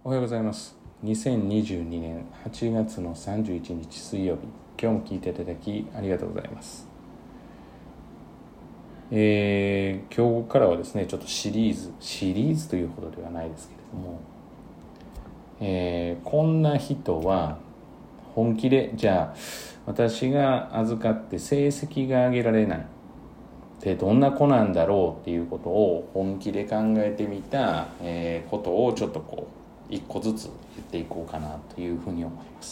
おはようございます。2022年8月の31日水曜日、今日も聞いていただきありがとうございます。今日からはですね、ちょっとシリーズというほどではないですけれども、こんな人は本気で、じゃあ私が預かって成績が上げられないでどんな子なんだろうっていうことを本気で考えてみた、ことをちょっと一個ずつ言っていこうかなというふうに思います。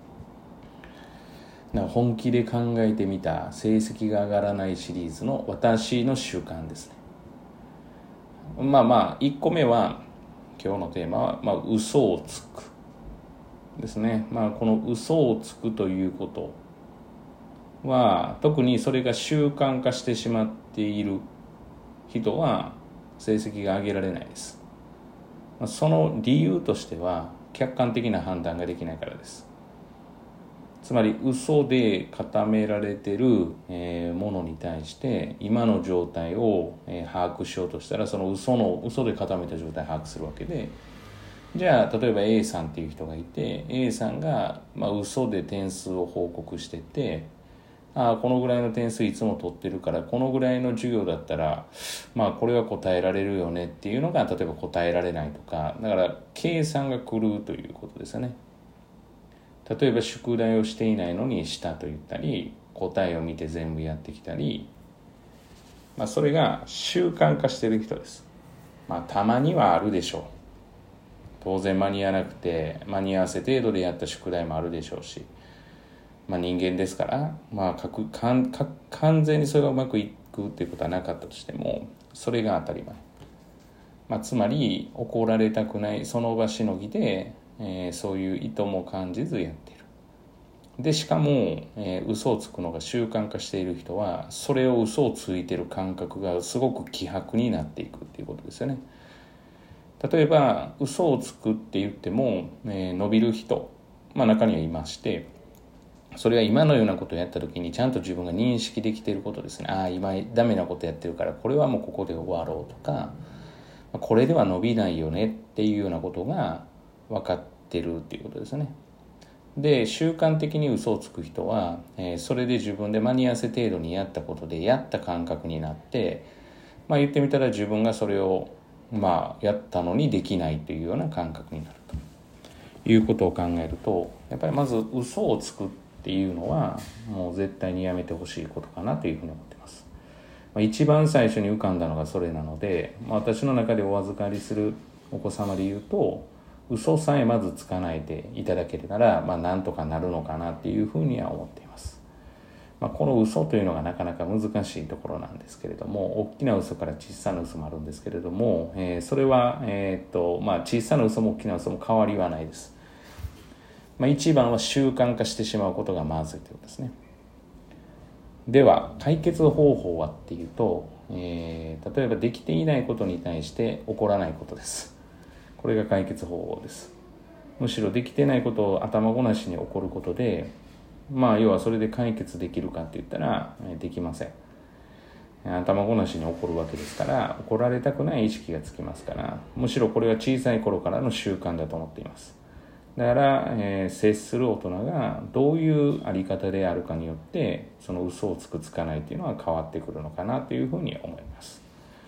本気で考えてみた成績が上がらないシリーズの私の習慣ですね。1個目は今日のテーマは、嘘をつくですね。この嘘をつくということは特にそれが習慣化してしまっている人は成績が上げられないです。その理由としては客観的な判断ができないからです。つまり嘘で固められているものに対して今の状態を把握しようとしたらその嘘で固めた状態を把握するわけで、じゃあ例えば A さんっていう人がいて A さんが嘘で点数を報告してて、このぐらいの点数いつも取ってるからこのぐらいの授業だったらこれは答えられるよねっていうのが例えば答えられないとか、だから計算が狂うということですよね。例えば宿題をしていないのにしたと言ったり答えを見て全部やってきたり、それが習慣化している人です。たまにはあるでしょう。当然間に合わなくて間に合わせ程度でやった宿題もあるでしょうし、人間ですから、完全にそれがうまくいくっていうことはなかったとしてもそれが当たり前、つまり怒られたくないその場しのぎで、そういう意図も感じずやっている。でしかも、嘘をつくのが習慣化している人はそれを嘘をついている感覚がすごく希薄になっていくっていうことですよね。例えば嘘をつくって言っても、伸びる人、中にはいまして、それは今のようなことをやった時にちゃんと自分が認識できていることですね。今ダメなことやってるからこれはもうここで終わろうとか、これでは伸びないよねっていうようなことが分かってるっていうことですね。で習慣的に嘘をつく人は、それで自分で間に合わせ程度にやったことでやった感覚になって、言ってみたら自分がそれをやったのにできないというような感覚になるということを考えると、やっぱりまず嘘をつくっていうのはもう絶対にやめてほしいことかなというふうに思っています。一番最初に浮かんだのがそれなので、私の中でお預かりするお子様で言うと嘘さえまずつかないでいただけるなら、なんとかなるのかなっていうふうには思っています。この嘘というのがなかなか難しいところなんですけれども、大きな嘘から小さな嘘もあるんですけれども、それは、小さな嘘も大きな嘘も変わりはないです。一番は習慣化してしまうことがまずいということですね。では解決方法はっていうと、例えばできていないことに対して怒らないことです。これが解決方法です。むしろできていないことを頭ごなしに怒ることで、要はそれで解決できるかって言ったらできません。頭ごなしに怒るわけですから怒られたくない意識がつきますから、むしろこれは小さい頃からの習慣だと思っています。だから、接する大人がどういうあり方であるかによってその嘘をつくつかないっていうのは変わってくるのかなというふうに思います。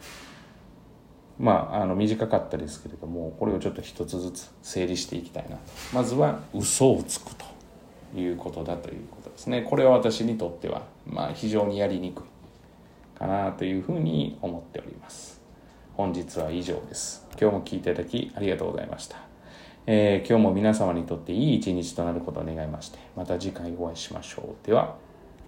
短かったですけれども、これをちょっと一つずつ整理していきたいなと。まずは嘘をつくということだということですね。これは私にとっては非常にやりにくいかなというふうに思っております。本日は以上です。今日も聞いていただきありがとうございました。今日も皆様にとっていい一日となることを願いまして、また次回お会いしましょう。では。